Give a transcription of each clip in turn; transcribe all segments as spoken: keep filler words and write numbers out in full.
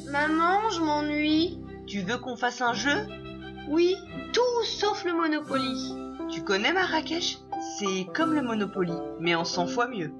Maman, je m'ennuie. Tu veux qu'on fasse un jeu? Oui, tout sauf le Monopoly. Tu connais Marrakech? C'est comme le Monopoly, mais en cent fois mieux.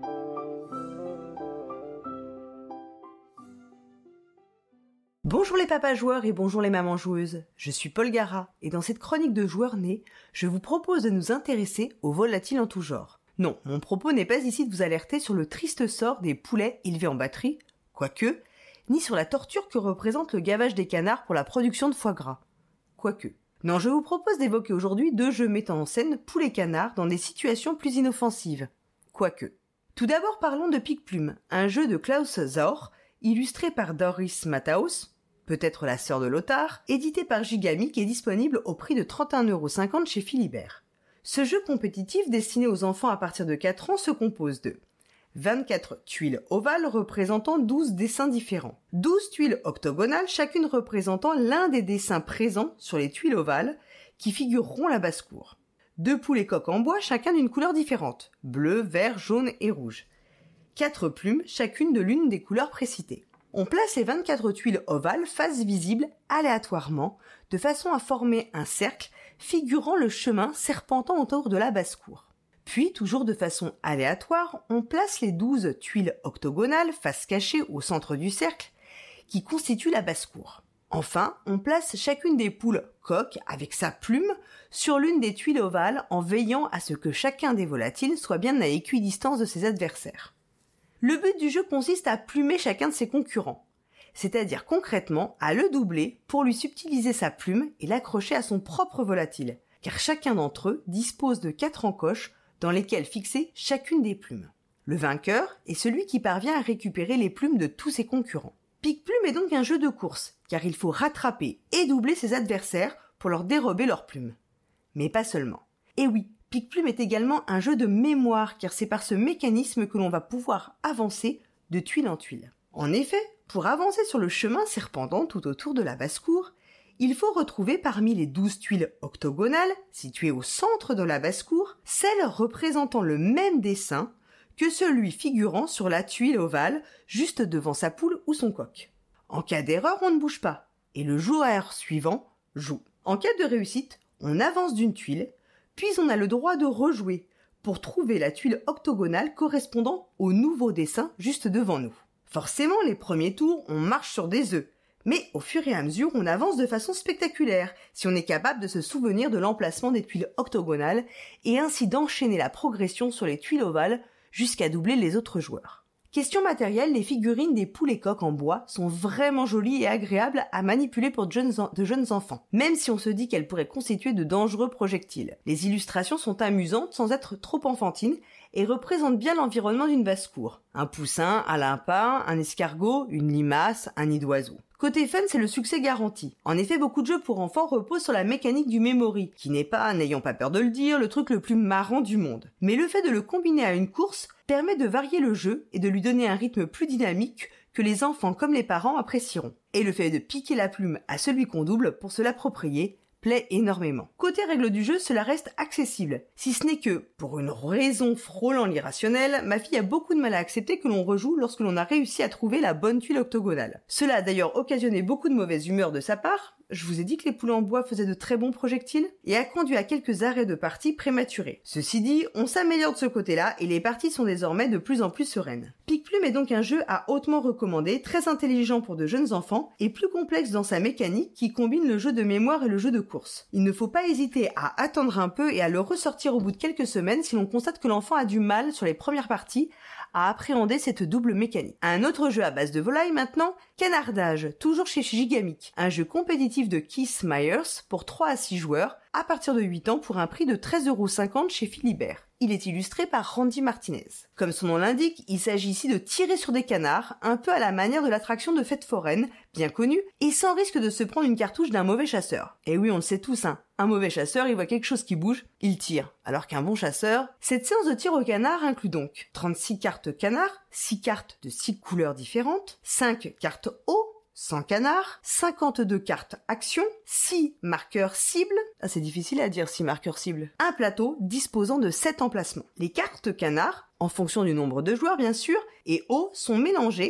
Bonjour les papas joueurs et bonjour les mamans joueuses, je suis Paul Gara et dans cette chronique de joueurs nés, je vous propose de nous intéresser aux volatiles en tout genre. Non, mon propos n'est pas ici de vous alerter sur le triste sort des poulets élevés en batterie, quoique, ni sur la torture que représente le gavage des canards pour la production de foie gras, quoique. Non, je vous propose d'évoquer aujourd'hui deux jeux mettant en scène poules et canards dans des situations plus inoffensives, quoique. Tout d'abord parlons de Pique-Plume, un jeu de Klaus Zaur, illustré par Doris Matthaus, peut-être la sœur de Lothar, édité par Gigamic et disponible au prix de trente et un euros cinquante chez Philibert. Ce jeu compétitif destiné aux enfants à partir de quatre ans se compose de vingt-quatre tuiles ovales représentant douze dessins différents, douze tuiles octogonales chacune représentant l'un des dessins présents sur les tuiles ovales qui figureront la basse-cour, deux poules et coqs en bois chacun d'une couleur différente, bleu, vert, jaune et rouge, quatre plumes chacune de l'une des couleurs précitées. On place les vingt-quatre tuiles ovales face visible aléatoirement de façon à former un cercle figurant le chemin serpentant autour de la basse-cour. Puis, toujours de façon aléatoire, on place les douze tuiles octogonales face cachée au centre du cercle qui constituent la basse-cour. Enfin, on place chacune des poules coq avec sa plume sur l'une des tuiles ovales en veillant à ce que chacun des volatiles soit bien à équidistance de ses adversaires. Le but du jeu consiste à plumer chacun de ses concurrents, c'est-à-dire concrètement à le doubler pour lui subtiliser sa plume et l'accrocher à son propre volatile, car chacun d'entre eux dispose de quatre encoches dans lesquelles fixer chacune des plumes. Le vainqueur est celui qui parvient à récupérer les plumes de tous ses concurrents. Pique-Plume est donc un jeu de course, car il faut rattraper et doubler ses adversaires pour leur dérober leurs plumes. Mais pas seulement. Et oui, Pique-Plume est également un jeu de mémoire, car c'est par ce mécanisme que l'on va pouvoir avancer de tuile en tuile. En effet, pour avancer sur le chemin serpentant tout autour de la basse-cour, il faut retrouver parmi les douze tuiles octogonales, situées au centre de la basse-cour, celle représentant le même dessin que celui figurant sur la tuile ovale, juste devant sa poule ou son coq. En cas d'erreur, on ne bouge pas, et le joueur suivant joue. En cas de réussite, on avance d'une tuile, puis on a le droit de rejouer pour trouver la tuile octogonale correspondant au nouveau dessin juste devant nous. Forcément, les premiers tours, on marche sur des œufs, mais au fur et à mesure, on avance de façon spectaculaire si on est capable de se souvenir de l'emplacement des tuiles octogonales et ainsi d'enchaîner la progression sur les tuiles ovales jusqu'à doubler les autres joueurs. Question matérielle, les figurines des poules et coqs en bois sont vraiment jolies et agréables à manipuler pour de jeunes, en- de jeunes enfants, même si on se dit qu'elles pourraient constituer de dangereux projectiles. Les illustrations sont amusantes sans être trop enfantines et représentent bien l'environnement d'une basse-cour. Un poussin, un lapin, un escargot, une limace, un nid d'oiseau. Côté fun, c'est le succès garanti. En effet, beaucoup de jeux pour enfants reposent sur la mécanique du memory, qui n'est pas, n'ayons pas peur de le dire, le truc le plus marrant du monde. Mais le fait de le combiner à une course permet de varier le jeu et de lui donner un rythme plus dynamique que les enfants comme les parents apprécieront. Et le fait de piquer la plume à celui qu'on double pour se l'approprier plaît énormément. Côté règles du jeu, cela reste accessible. Si ce n'est que, pour une raison frôlant l'irrationnel, ma fille a beaucoup de mal à accepter que l'on rejoue lorsque l'on a réussi à trouver la bonne tuile octogonale. Cela a d'ailleurs occasionné beaucoup de mauvaise humeur de sa part, je vous ai dit que les poules en bois faisaient de très bons projectiles, et a conduit à quelques arrêts de partie prématurés. Ceci dit, on s'améliore de ce côté-là, et les parties sont désormais de plus en plus sereines. Pique-Plume est donc un jeu à hautement recommander, très intelligent pour de jeunes enfants, et plus complexe dans sa mécanique qui combine le jeu de mémoire et le jeu de course. Il ne faut pas hésiter à attendre un peu et à le ressortir au bout de quelques semaines si l'on constate que l'enfant a du mal sur les premières parties à appréhender cette double mécanique. Un autre jeu à base de volaille maintenant, Canardage, toujours chez Gigamic, un jeu compétitif de Keith Myers pour trois à six joueurs, à partir de huit ans pour un prix de treize euros cinquante chez Philibert. Il est illustré par Randy Martinez. Comme son nom l'indique, il s'agit ici de tirer sur des canards, un peu à la manière de l'attraction de fête foraine, bien connue, et sans risque de se prendre une cartouche d'un mauvais chasseur. Et oui, on le sait tous, hein. Un mauvais chasseur, il voit quelque chose qui bouge, il tire. Alors qu'un bon chasseur, cette séance de tir au canard inclut donc trente-six cartes canards, six cartes de six couleurs différentes, cinq cartes eau, cent canards, cinquante-deux cartes action, six marqueurs cibles, ah c'est difficile à dire six marqueurs cibles, un plateau disposant de sept emplacements. Les cartes canards, en fonction du nombre de joueurs bien sûr, et eau sont mélangées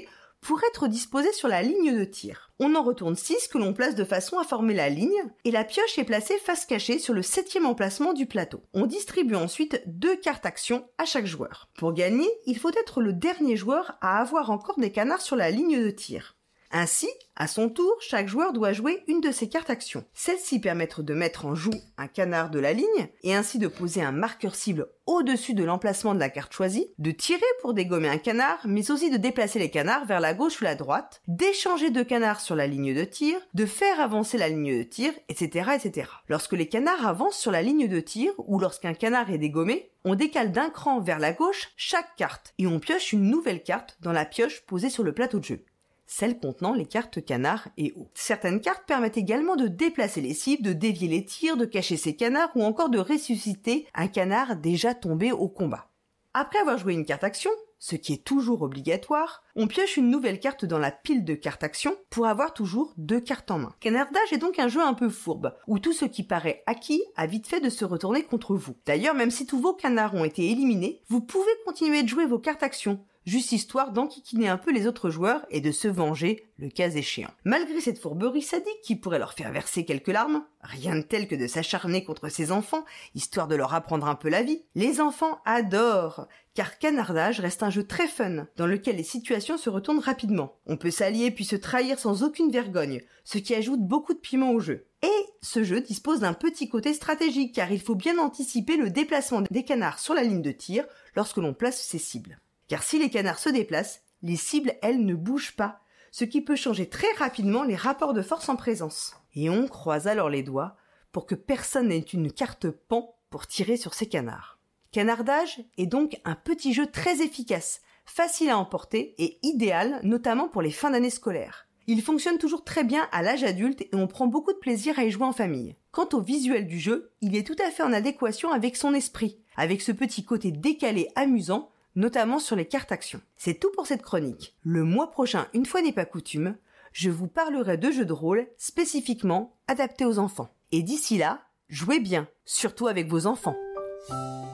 pour être disposés sur la ligne de tir. On en retourne six que l'on place de façon à former la ligne et la pioche est placée face cachée sur le septième emplacement du plateau. On distribue ensuite deux cartes actions à chaque joueur. Pour gagner, il faut être le dernier joueur à avoir encore des canards sur la ligne de tir. Ainsi, à son tour, chaque joueur doit jouer une de ses cartes actions. Celles-ci permettent de mettre en joue un canard de la ligne et ainsi de poser un marqueur cible au-dessus de l'emplacement de la carte choisie, de tirer pour dégommer un canard, mais aussi de déplacer les canards vers la gauche ou la droite, d'échanger deux canards sur la ligne de tir, de faire avancer la ligne de tir, et cetera, et cetera. Lorsque les canards avancent sur la ligne de tir ou lorsqu'un canard est dégommé, on décale d'un cran vers la gauche chaque carte et on pioche une nouvelle carte dans la pioche posée sur le plateau de jeu, celles contenant les cartes canards et eau. Certaines cartes permettent également de déplacer les cibles, de dévier les tirs, de cacher ces canards ou encore de ressusciter un canard déjà tombé au combat. Après avoir joué une carte action, ce qui est toujours obligatoire, on pioche une nouvelle carte dans la pile de cartes action pour avoir toujours deux cartes en main. Canardage est donc un jeu un peu fourbe, où tout ce qui paraît acquis a vite fait de se retourner contre vous. D'ailleurs, même si tous vos canards ont été éliminés, vous pouvez continuer de jouer vos cartes action, juste histoire d'enquiquiner un peu les autres joueurs et de se venger le cas échéant. Malgré cette fourberie sadique qui pourrait leur faire verser quelques larmes, rien de tel que de s'acharner contre ses enfants, histoire de leur apprendre un peu la vie, les enfants adorent, car Canardage reste un jeu très fun, dans lequel les situations se retournent rapidement. On peut s'allier puis se trahir sans aucune vergogne, ce qui ajoute beaucoup de piment au jeu. Et ce jeu dispose d'un petit côté stratégique, car il faut bien anticiper le déplacement des canards sur la ligne de tir lorsque l'on place ses cibles. Car si les canards se déplacent, les cibles, elles, ne bougent pas, ce qui peut changer très rapidement les rapports de force en présence. Et on croise alors les doigts pour que personne n'ait une carte pan pour tirer sur ces canards. Canardage est donc un petit jeu très efficace, facile à emporter et idéal notamment pour les fins d'année scolaire. Il fonctionne toujours très bien à l'âge adulte et on prend beaucoup de plaisir à y jouer en famille. Quant au visuel du jeu, il est tout à fait en adéquation avec son esprit, avec ce petit côté décalé amusant, notamment sur les cartes actions. C'est tout pour cette chronique. Le mois prochain, une fois n'est pas coutume, je vous parlerai de jeux de rôle spécifiquement adaptés aux enfants. Et d'ici là, jouez bien, surtout avec vos enfants.